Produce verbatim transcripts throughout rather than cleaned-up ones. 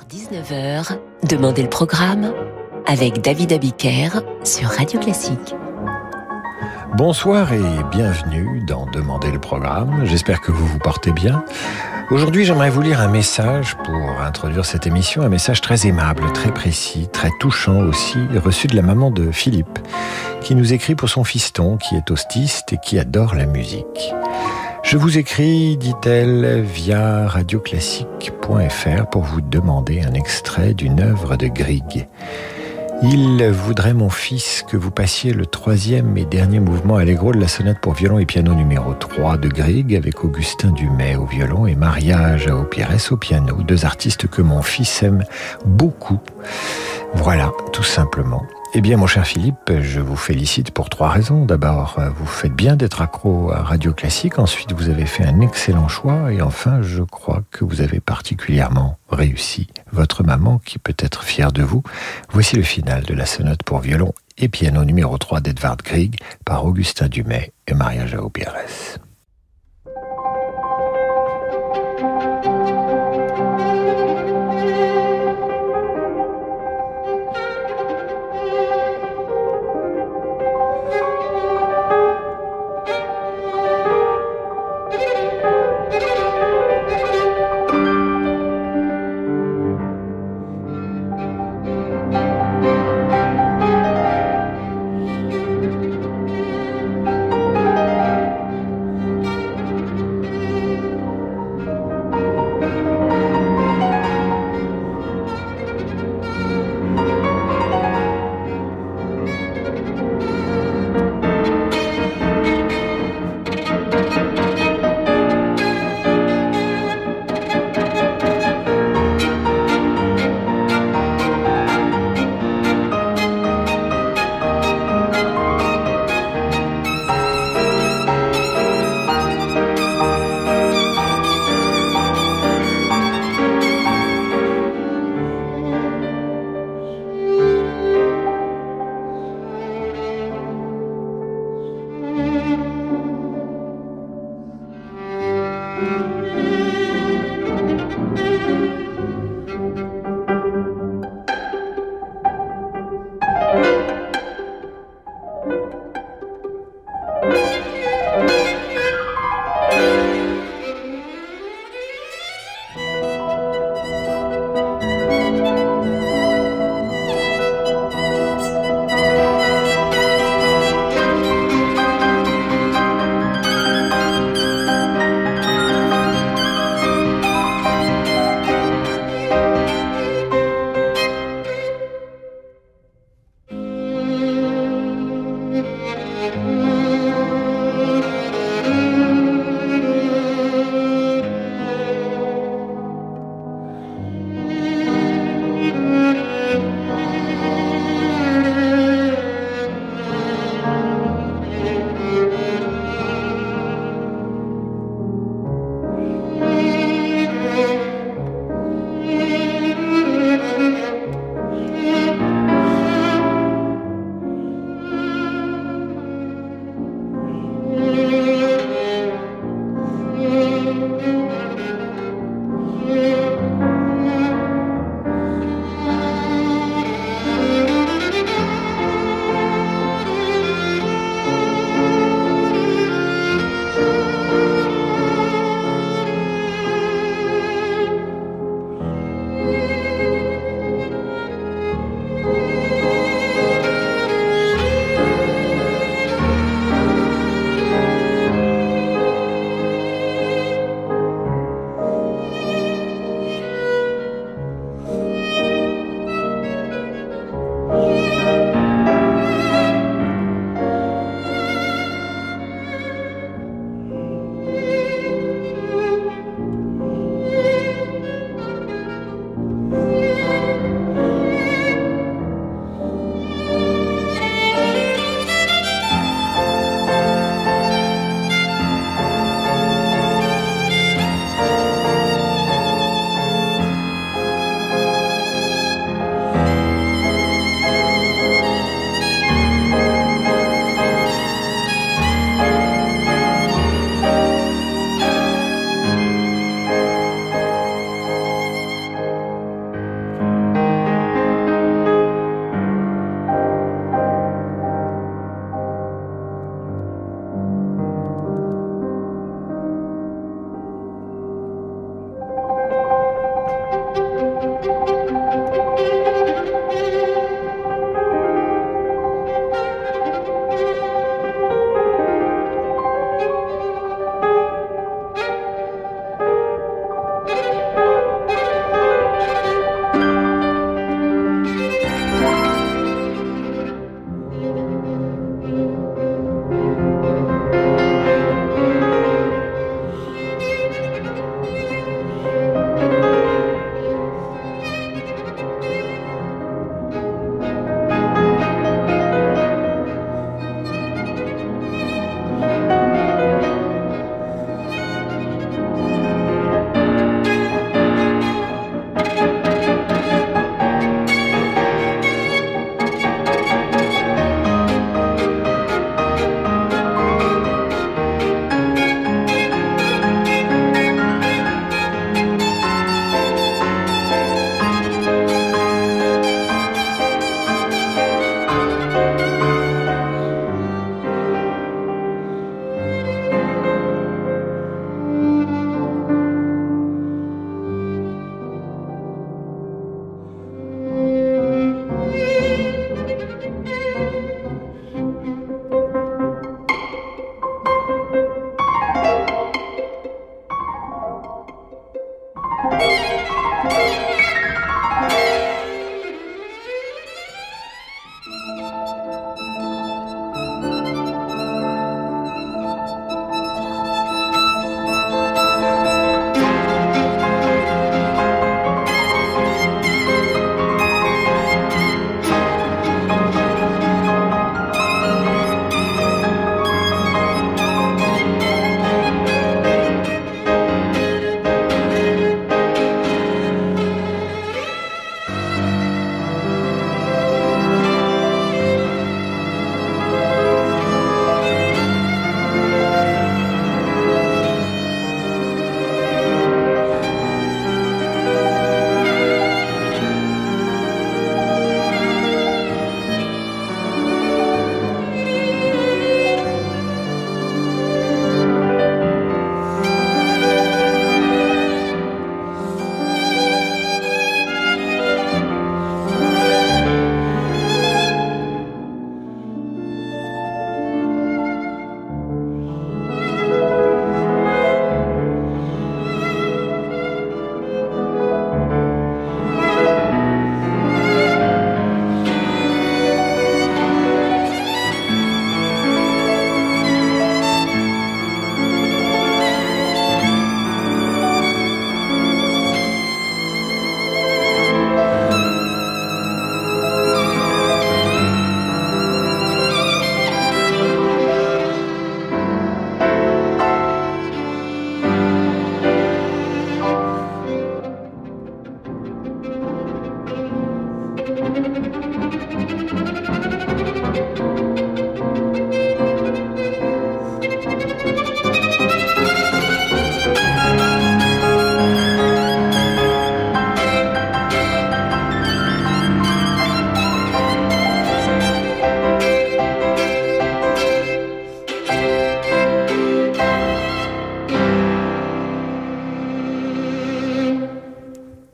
dix-neuf heures, Demandez le programme avec David Abiker sur Radio Classique. Bonsoir et bienvenue dans Demandez le programme. J'espère que vous vous portez bien. Aujourd'hui, j'aimerais vous lire un message pour introduire cette émission, un message très aimable, très précis, très touchant aussi, reçu de la maman de Philippe, qui nous écrit pour son fiston, qui est autiste et qui adore la musique. Je vous écris, dit-elle, via radioclassique point f r pour vous demander un extrait d'une œuvre de Grieg. Il voudrait, mon fils, que vous passiez le troisième et dernier mouvement allegro de la sonate pour violon et piano numéro trois de Grieg avec Augustin Dumay au violon et Maria João Pires au piano, deux artistes que mon fils aime beaucoup. Voilà, tout simplement. Eh bien, mon cher Philippe, je vous félicite pour trois raisons. D'abord, vous faites bien d'être accro à Radio Classique. Ensuite, vous avez fait un excellent choix. Et enfin, je crois que vous avez particulièrement réussi. Votre maman, qui peut être fière de vous. Voici le final de la sonate pour violon et piano numéro trois d'Edvard Grieg par Augustin Dumay et Maria João Pires.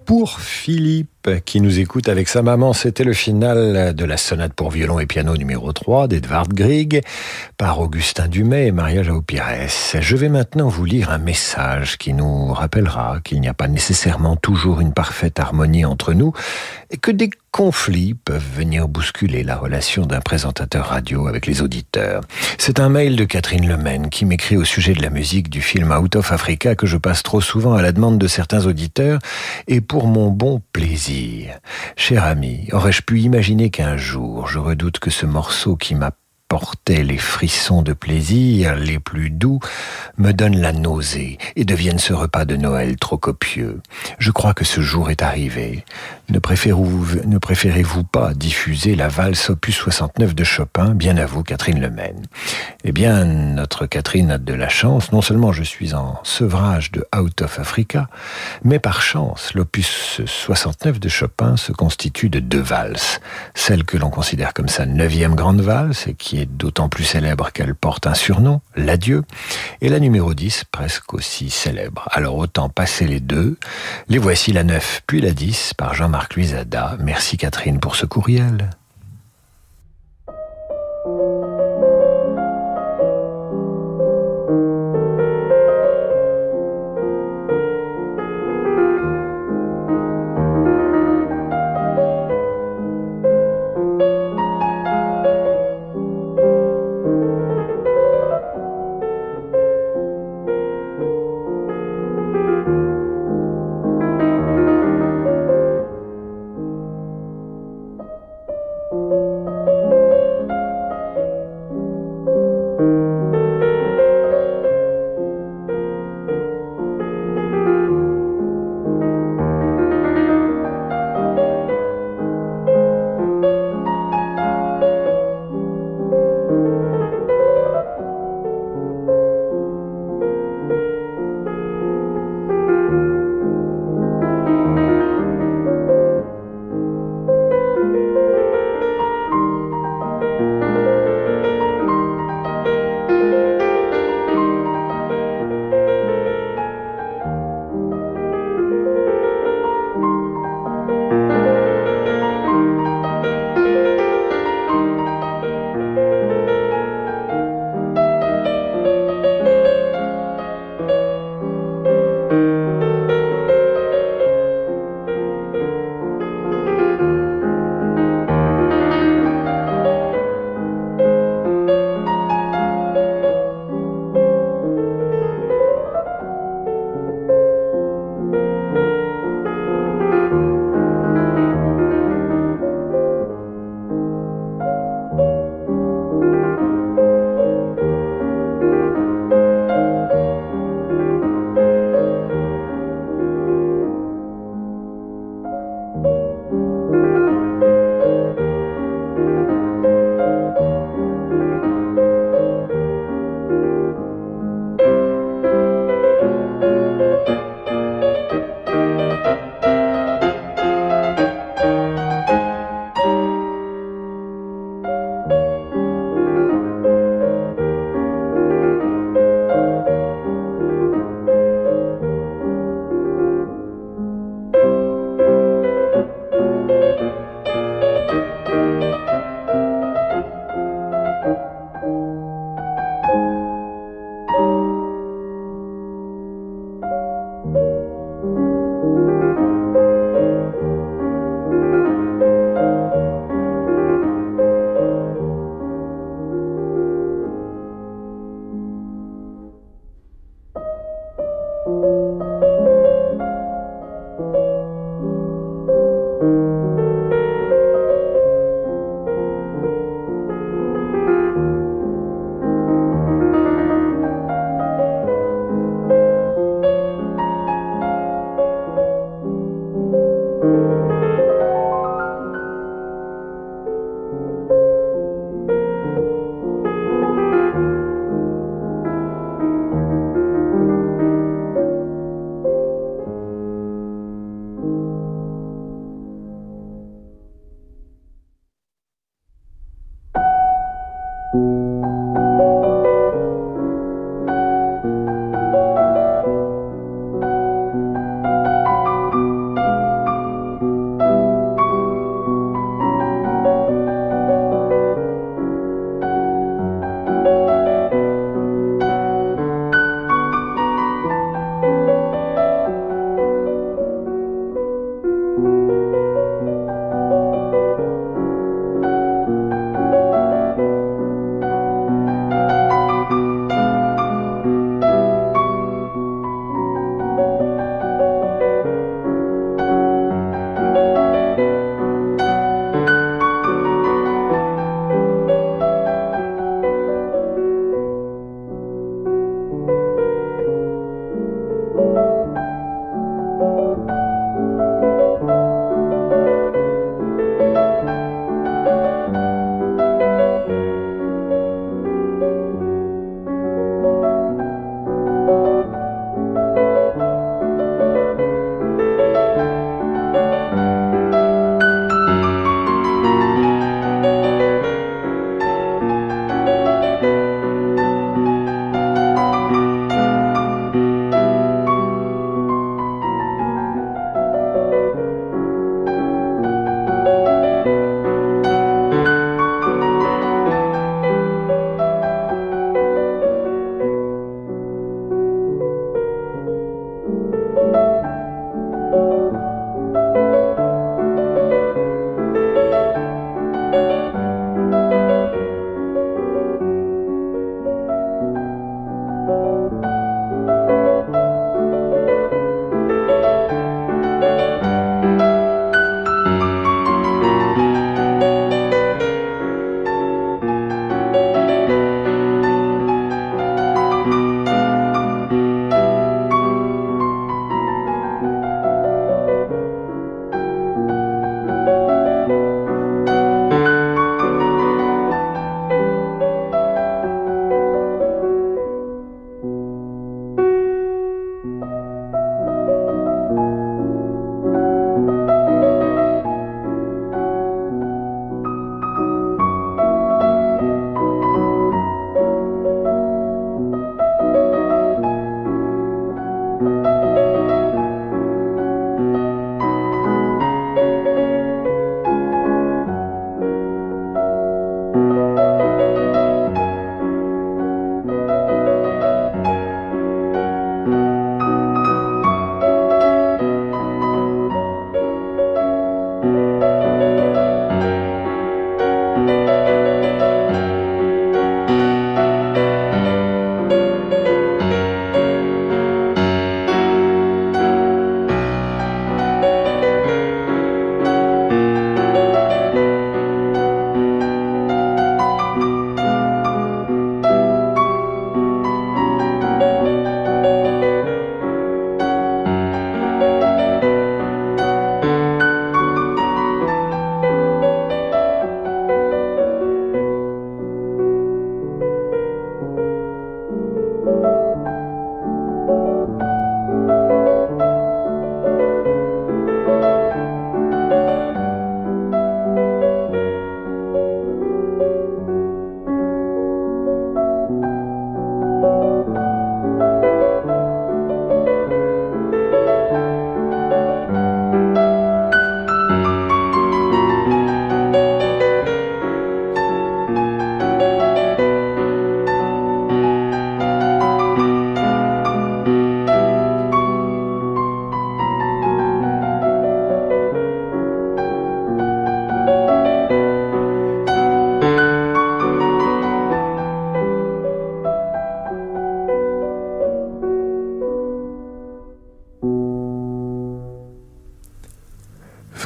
Pour Philippe, qui nous écoute avec sa maman, c'était le final de la sonate pour violon et piano numéro trois d'Edvard Grieg par Augustin Dumay et Maria João Pires. Je vais maintenant vous lire un message qui nous rappellera qu'il n'y a pas nécessairement toujours une parfaite harmonie entre nous et que des conflits peuvent venir bousculer la relation d'un présentateur radio avec les auditeurs. C'est un mail de Catherine Lemaine qui m'écrit au sujet de la musique du film Out of Africa que je passe trop souvent à la demande de certains auditeurs et pour mon bon plaisir. Cher ami, aurais-je pu imaginer qu'un jour, je redoute que ce morceau qui m'a portait les frissons de plaisir les plus doux, me donne la nausée et devienne ce repas de Noël trop copieux. Je crois que ce jour est arrivé. Ne préférez-vous, ne préférez-vous pas diffuser la valse opus soixante-neuf de Chopin, bien à vous, Catherine Lemaine? Eh bien, notre Catherine a de la chance. Non seulement je suis en sevrage de Out of Africa, mais par chance, l'opus soixante-neuf de Chopin se constitue de deux valses. Celle que l'on considère comme sa neuvième grande valse, et qui est d'autant plus célèbre qu'elle porte un surnom, l'Adieu, et la numéro dix, presque aussi célèbre. Alors autant passer les deux. Les voici la neuf, puis la dix, par Jean-Marc Luisada. Merci Catherine pour ce courriel.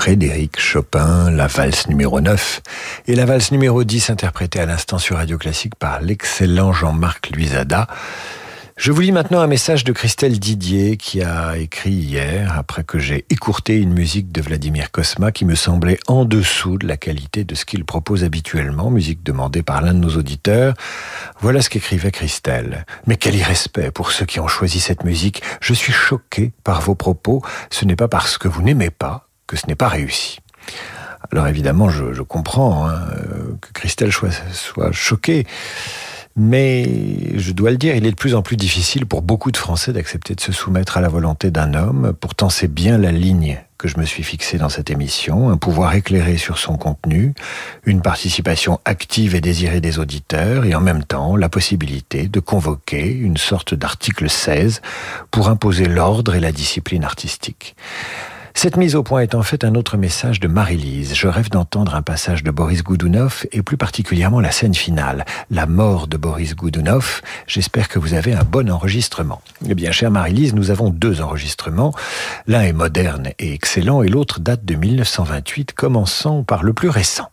Frédéric Chopin, la valse numéro neuf et la valse numéro dix interprétée à l'instant sur Radio Classique par l'excellent Jean-Marc Luisada. Je vous lis maintenant un message de Christelle Didier qui a écrit hier, après que j'ai écourté une musique de Vladimir Cosma qui me semblait en dessous de la qualité de ce qu'il propose habituellement, musique demandée par l'un de nos auditeurs. Voilà ce qu'écrivait Christelle. Mais quel irrespect pour ceux qui ont choisi cette musique. Je suis choqué par vos propos. Ce n'est pas parce que vous n'aimez pas que ce n'est pas réussi. Alors évidemment, je, je comprends hein, que Christelle soit, soit choquée. Mais, je dois le dire, il est de plus en plus difficile pour beaucoup de Français d'accepter de se soumettre à la volonté d'un homme. Pourtant, c'est bien la ligne que je me suis fixée dans cette émission. Un pouvoir éclairé sur son contenu, une participation active et désirée des auditeurs, et en même temps, la possibilité de convoquer une sorte d'article seize pour imposer l'ordre et la discipline artistique. Cette mise au point est en fait un autre message de Marie-Lise. Je rêve d'entendre un passage de Boris Goudounov et plus particulièrement la scène finale, la mort de Boris Goudounov. J'espère que vous avez un bon enregistrement. Eh bien, chère Marie-Lise, nous avons deux enregistrements. L'un est moderne et excellent et l'autre date de mille neuf cent vingt-huit. Commençons par le plus récent.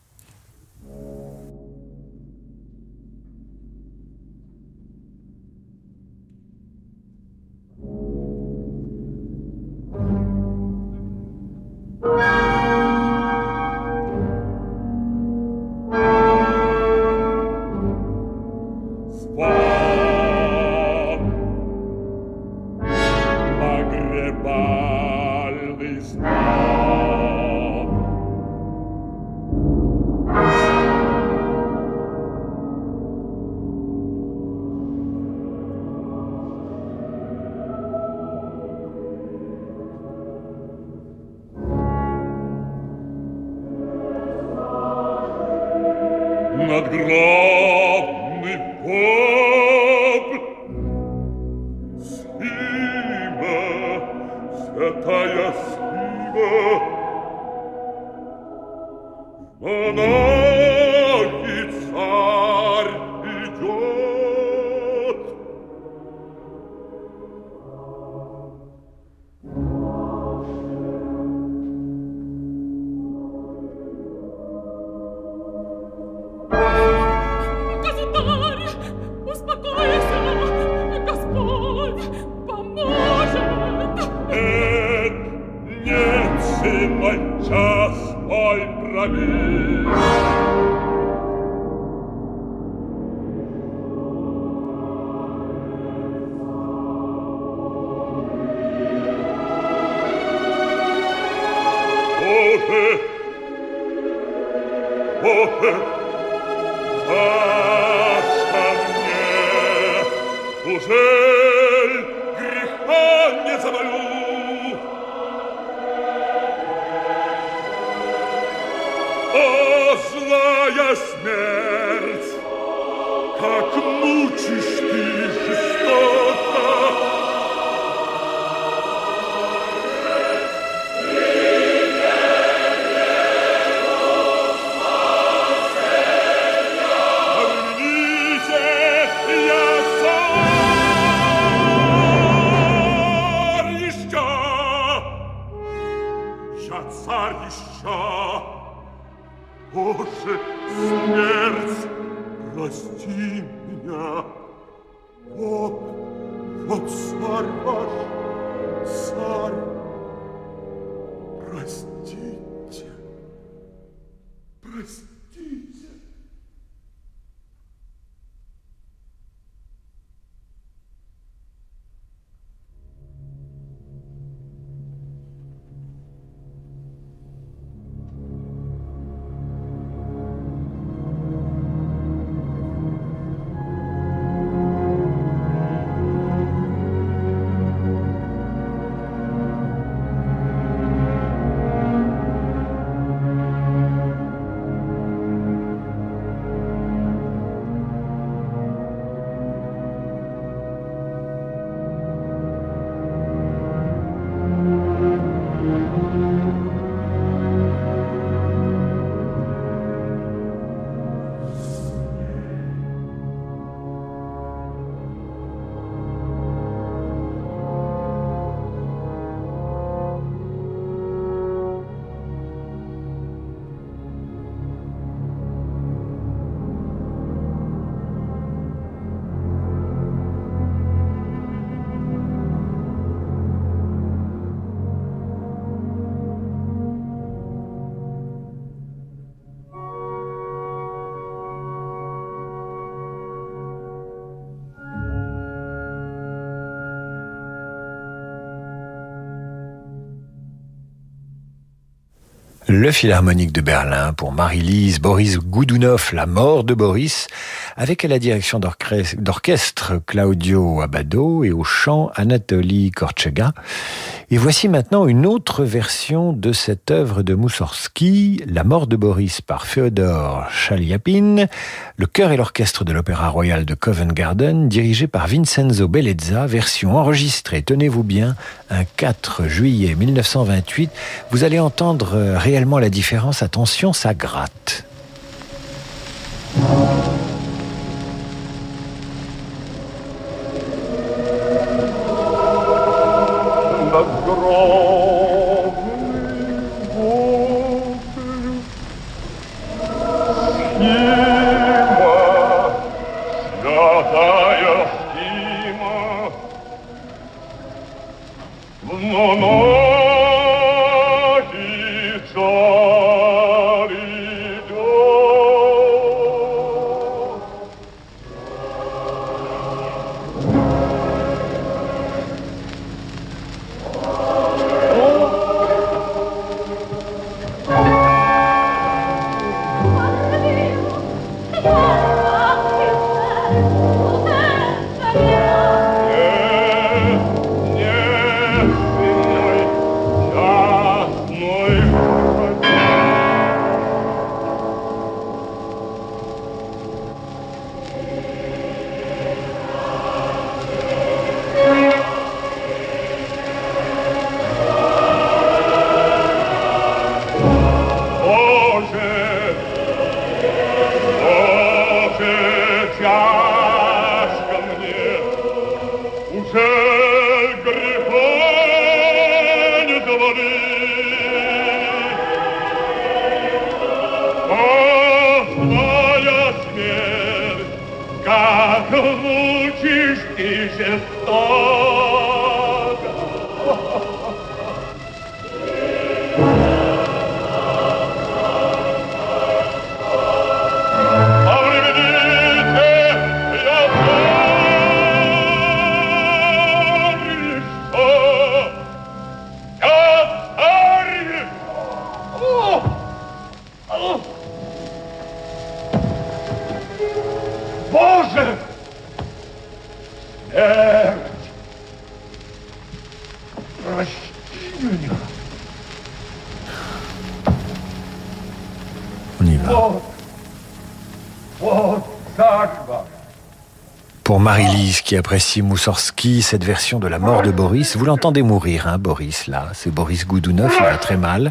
Надгробный поп, Сима, святая Сима, монахи царь идет. Час мой пробил. Боже, Боже, Саша мне, ужель греха не заболю? О, злая смерть, как мучишь ты жестоко! Верните, я царь еще! Я царь еще! Боже, смерть, прости меня. Вот, вот царь ваш, царь, простите, простите. Le Philharmonique de Berlin pour Marie-Lise Boris Goudounov, La mort de Boris, avec à la direction d'orchestre Claudio Abbado et au chant Anatoly Kortchega. Et voici maintenant une autre version de cette œuvre de Moussorgsky, La mort de Boris par Féodor Chaliapin, le chœur et l'orchestre de l'Opéra Royal de Covent Garden, dirigé par Vincenzo Bellezza, version enregistrée, tenez-vous bien, un quatre juillet mille neuf cent vingt-huit. Vous allez entendre réellement la différence, attention, ça gratte. Pour Marie-Lise qui apprécie Moussorgsky, cette version de La mort de Boris, vous l'entendez mourir, hein, Boris, là, c'est Boris Goudounov, il va très mal.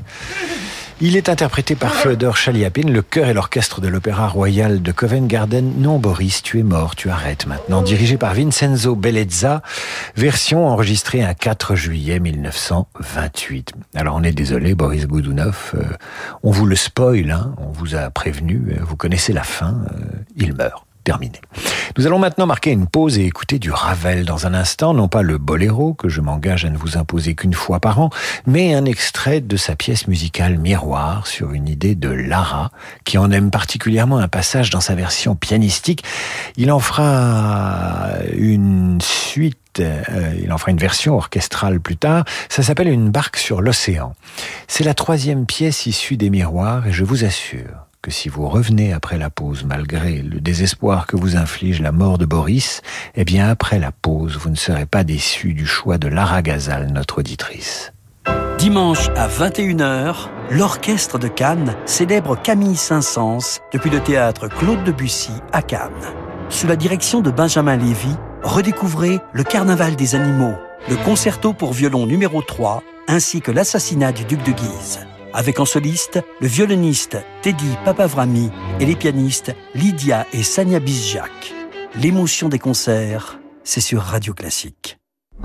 Il est interprété par Féodor Chaliapin, le chœur et l'orchestre de l'Opéra Royal de Covent Garden. Non, Boris, tu es mort, tu arrêtes maintenant. Dirigé par Vincenzo Bellezza, version enregistrée un quatre juillet mille neuf cent vingt-huit. Alors on est désolé, Boris Goudounov, euh, on vous le spoil, hein, on vous a prévenu, euh, vous connaissez la fin, euh, il meurt. Terminé. Nous allons maintenant marquer une pause et écouter du Ravel dans un instant, non pas le boléro que je m'engage à ne vous imposer qu'une fois par an, mais un extrait de sa pièce musicale Miroir sur une idée de Lara, qui en aime particulièrement un passage dans sa version pianistique. Il en fera une suite, euh, il en fera une version orchestrale plus tard. Ça s'appelle Une barque sur l'océan. C'est la troisième pièce issue des Miroirs et je vous assure que si vous revenez après la pause, malgré le désespoir que vous inflige la mort de Boris, eh bien après la pause, vous ne serez pas déçus du choix de Lara Gazal, notre auditrice. Dimanche à vingt et une heures, l'Orchestre de Cannes célèbre Camille Saint-Saëns depuis le théâtre Claude Debussy à Cannes. Sous la direction de Benjamin Lévy, redécouvrez Le Carnaval des animaux, le concerto pour violon numéro trois, ainsi que l'Assassinat du duc de Guise. Avec en soliste le violoniste Teddy Papavrami et les pianistes Lydia et Sania Bizjak. L'émotion des concerts, c'est sur Radio Classique.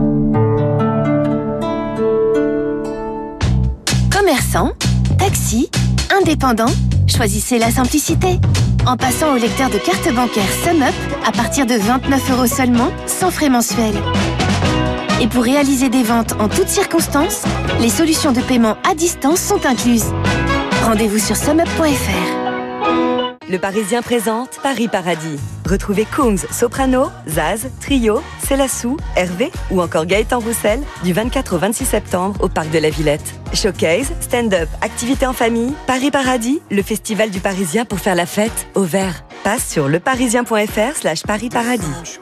Commerçants, taxis, indépendants, choisissez la simplicité. En passant au lecteur de carte bancaire SumUp à partir de vingt-neuf euros seulement, sans frais mensuels. Et pour réaliser des ventes en toutes circonstances, les solutions de paiement à distance sont incluses. Rendez-vous sur sumup point f r. Le Parisien présente Paris Paradis. Retrouvez Kungs, Soprano, Zaz, Trio, Célassou, Hervé ou encore Gaëtan Roussel du vingt-quatre au vingt-six septembre au Parc de la Villette. Showcase, stand-up, activités en famille, Paris Paradis, le festival du Parisien pour faire la fête au vert. Passe sur leparisien.fr slash Paris Paradis.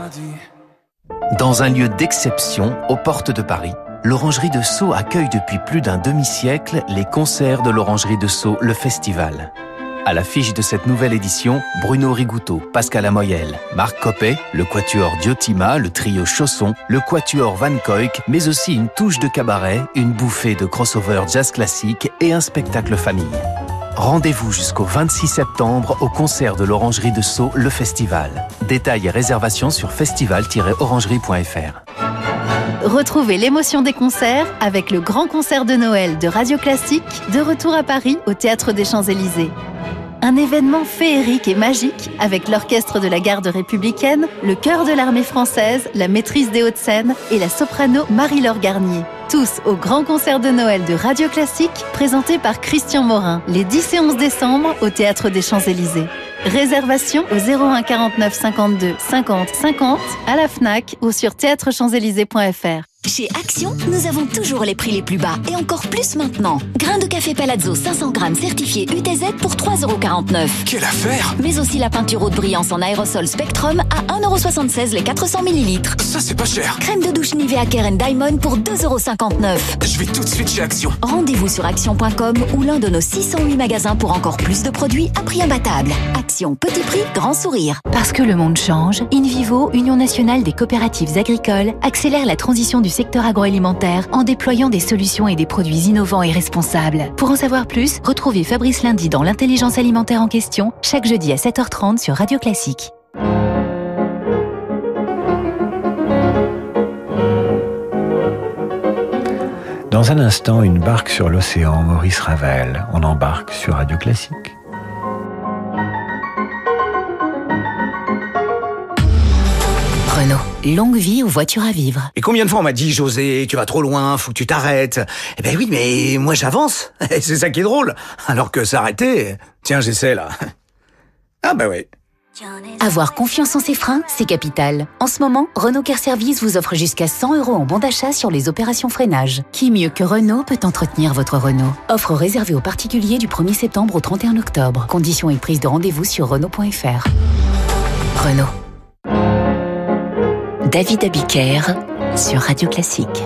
Dans un lieu d'exception, aux portes de Paris, l'Orangerie de Sceaux accueille depuis plus d'un demi-siècle les concerts de l'Orangerie de Sceaux, le festival. À l'affiche de cette nouvelle édition, Bruno Rigouteau, Pascal Amoyel, Marc Coppet, le quatuor Diotima, le trio Chausson, le quatuor Van Coyck, mais aussi une touche de cabaret, une bouffée de crossover jazz classique et un spectacle famille. Rendez-vous jusqu'au vingt-six septembre au concert de l'Orangerie de Sceaux, le festival. Détails et réservations sur festival tiret orangerie point f r. Retrouvez l'émotion des concerts avec le grand concert de Noël de Radio Classique, de retour à Paris au Théâtre des Champs-Élysées. Un événement féerique et magique avec l'orchestre de la Garde républicaine, le chœur de l'armée française, la maîtrise des Hauts-de-Seine et la soprano Marie-Laure Garnier. Tous au grand concert de Noël de Radio Classique, présenté par Christian Morin, les dix et onze décembre au Théâtre des Champs-Élysées. Réservation au zéro un quarante-neuf cinquante-deux cinquante cinquante, à la Fnac ou sur théâtre champs élysées point f r. Chez Action, nous avons toujours les prix les plus bas et encore plus maintenant. Grains de café Palazzo cinq cents grammes certifié U T Z pour trois euros quarante-neuf. Quelle affaire! Mais aussi la peinture haute brillance en aérosol Spectrum à un euro soixante-seize les quatre cents millilitres. Ça, c'est pas cher. Crème de douche Nivea Care and Diamond pour deux euros cinquante-neuf. Je vais tout de suite chez Action. Rendez-vous sur action point com ou l'un de nos six cent huit magasins pour encore plus de produits à prix imbattable. Action, petit prix, grand sourire. Parce que le monde change, InVivo, Union nationale des coopératives agricoles, accélère la transition du secteur agroalimentaire en déployant des solutions et des produits innovants et responsables. Pour en savoir plus, retrouvez Fabrice Lundi dans l'intelligence alimentaire en question, chaque jeudi à sept heures trente sur Radio Classique. Dans un instant, une barque sur l'océan, Maurice Ravel. On embarque sur Radio Classique. Renault, longue vie aux voitures à vivre. Et combien de fois on m'a dit, José, tu vas trop loin, faut que tu t'arrêtes. Eh ben oui, mais moi j'avance. C'est ça qui est drôle. Alors que s'arrêter, tiens, j'essaie là. Ah bah oui. Avoir confiance en ses freins, c'est capital. En ce moment, Renault Car Service vous offre jusqu'à cent euros en bon d'achat sur les opérations freinage. Qui mieux que Renault peut entretenir votre Renault? Offre réservée aux particuliers du premier septembre au trente et un octobre. Conditions et prise de rendez-vous sur renault point f r. Renault. David Abiker sur Radio Classique.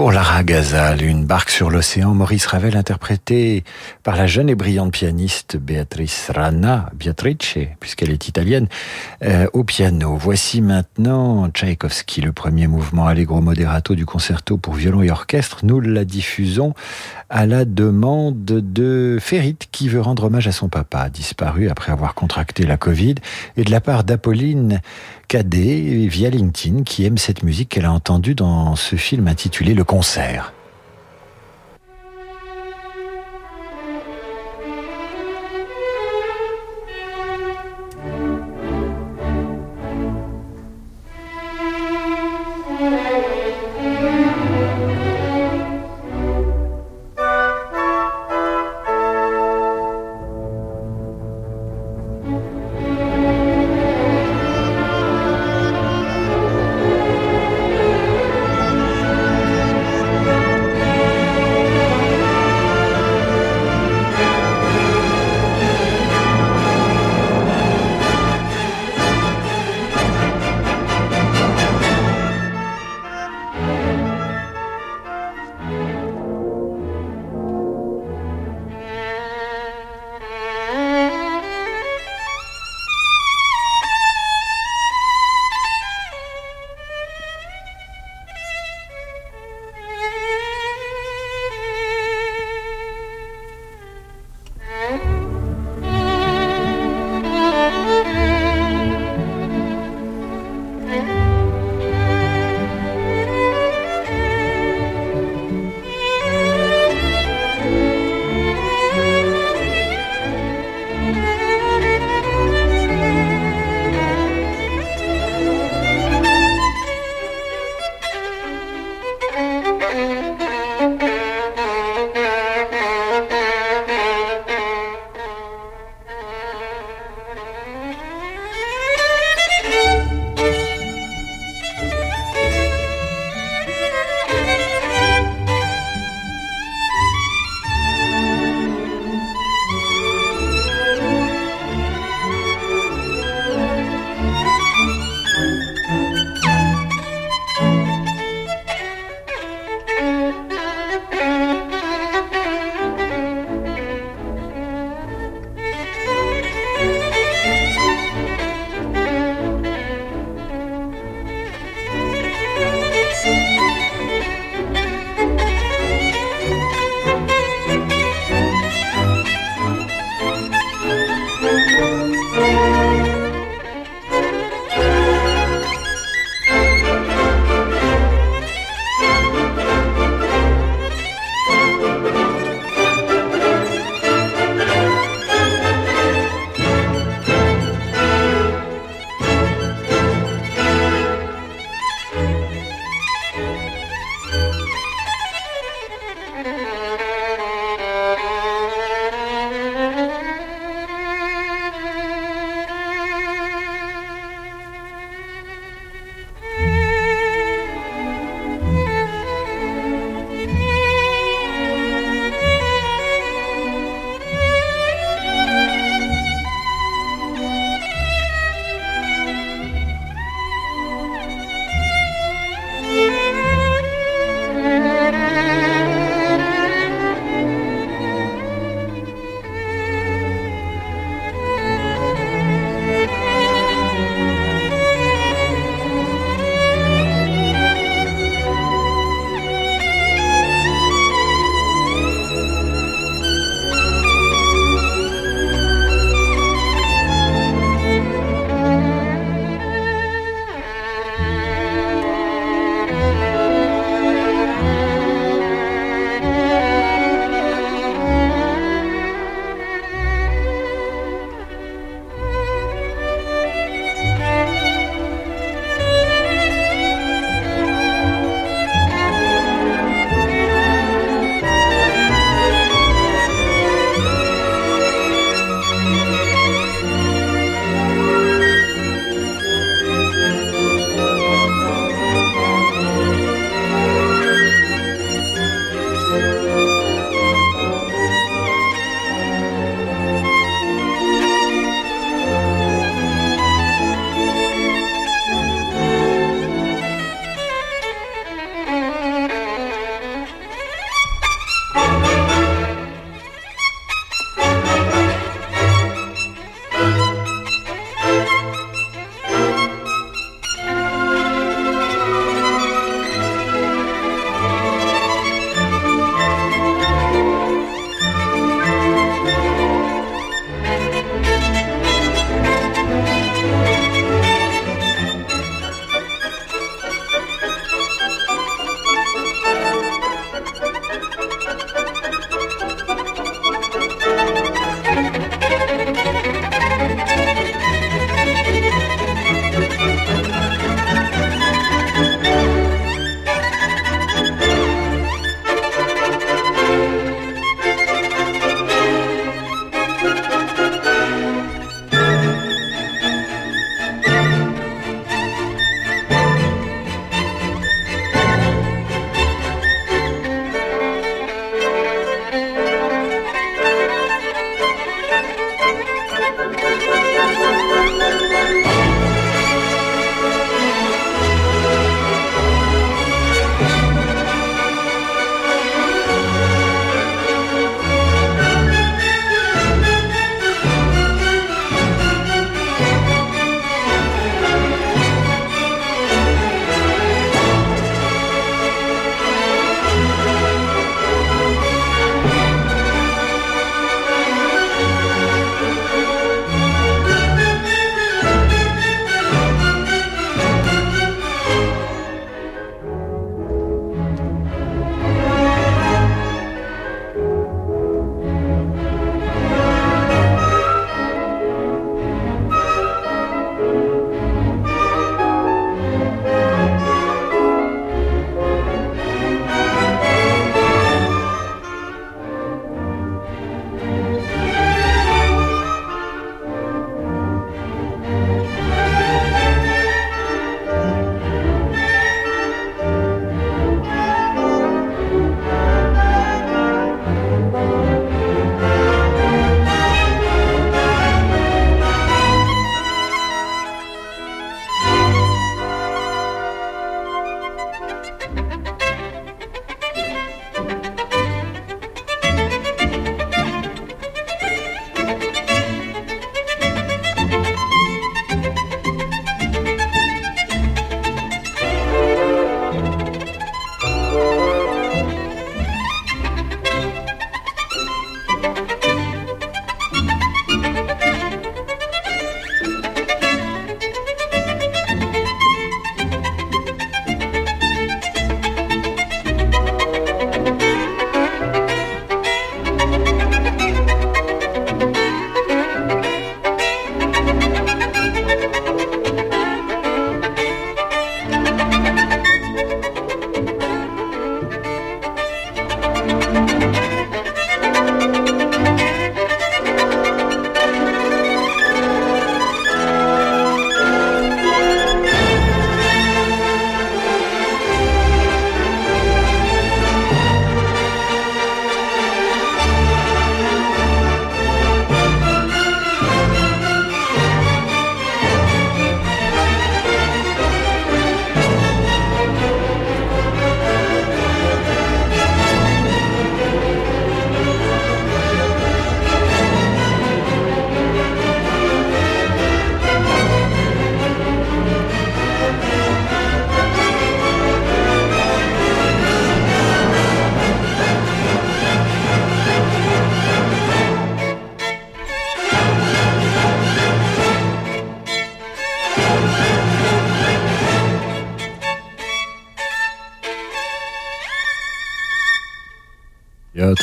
Pour Lara Gazal, une barque sur l'océan, Maurice Ravel interprété par la jeune et brillante pianiste Beatrice Rana, Beatrice, puisqu'elle est italienne, euh, au piano. Voici maintenant Tchaïkovski, le premier mouvement allegro moderato du concerto pour violon et orchestre. Nous la diffusons à la demande de Ferrit, qui veut rendre hommage à son papa, disparu après avoir contracté la Covid, et de la part d'Apolline Cadet via LinkedIn, qui aime cette musique qu'elle a entendue dans ce film intitulé Le Concert. Thank you.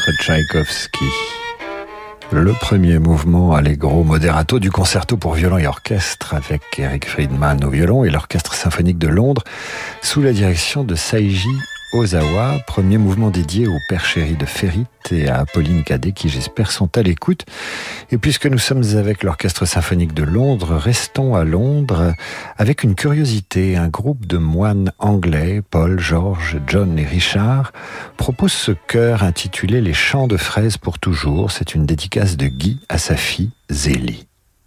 maître Tchaïkovski. Le premier mouvement allegro moderato du concerto pour violon et orchestre avec Eric Friedman au violon et l'Orchestre symphonique de Londres sous la direction de Seiji Ozawa, premier mouvement dédié au père chéri de Ferrit et à Apolline Cadet qui j'espère sont à l'écoute. Et puisque nous sommes avec l'Orchestre symphonique de Londres, restons à Londres avec une curiosité. Un groupe de moines anglais, Paul, George, John et Richard, propose ce chœur intitulé Les chants de fraises pour toujours. C'est une dédicace de Guy à sa fille Zélie.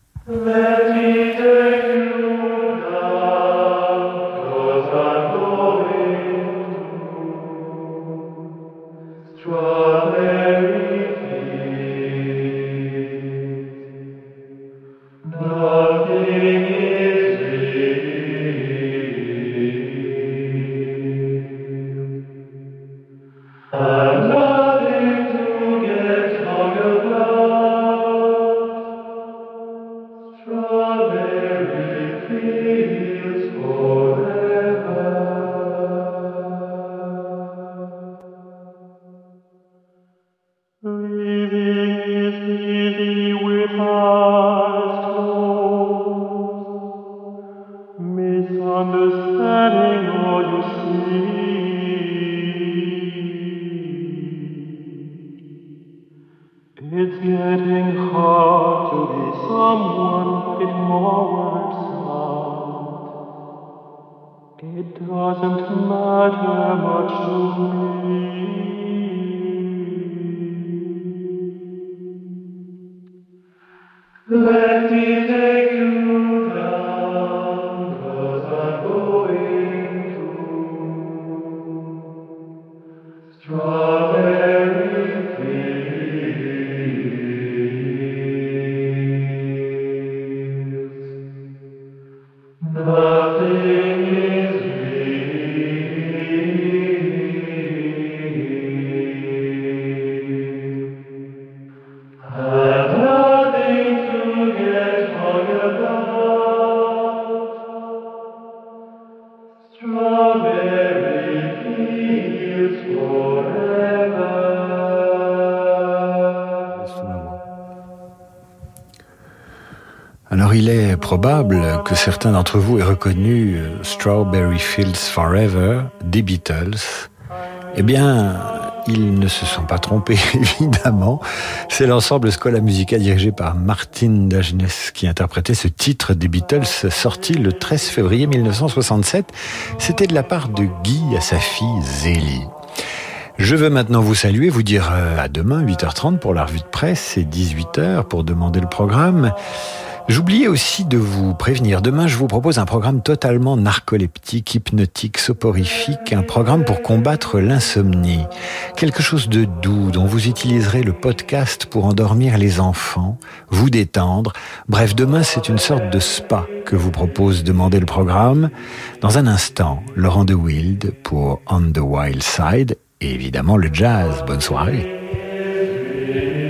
Alors il est probable que certains d'entre vous aient reconnu Strawberry Fields Forever des Beatles. Eh bien, ils ne se sont pas trompés, évidemment. C'est l'ensemble Schola Musica dirigé par Martin Dagnes qui interprétait ce titre des Beatles sorti le treize février mille neuf cent soixante-sept. C'était de la part de Guy à sa fille Zélie. Je veux maintenant vous saluer, vous dire à demain, huit heures trente pour la revue de presse et dix-huit heures pour demander le programme. J'oubliais aussi de vous prévenir. Demain, je vous propose un programme totalement narcoleptique, hypnotique, soporifique, un programme pour combattre l'insomnie. Quelque chose de doux dont vous utiliserez le podcast pour endormir les enfants, vous détendre. Bref, demain, c'est une sorte de spa que vous propose Demander le programme. Dans un instant, Laurent de Wild pour On the Wild Side et évidemment le jazz. Bonne soirée.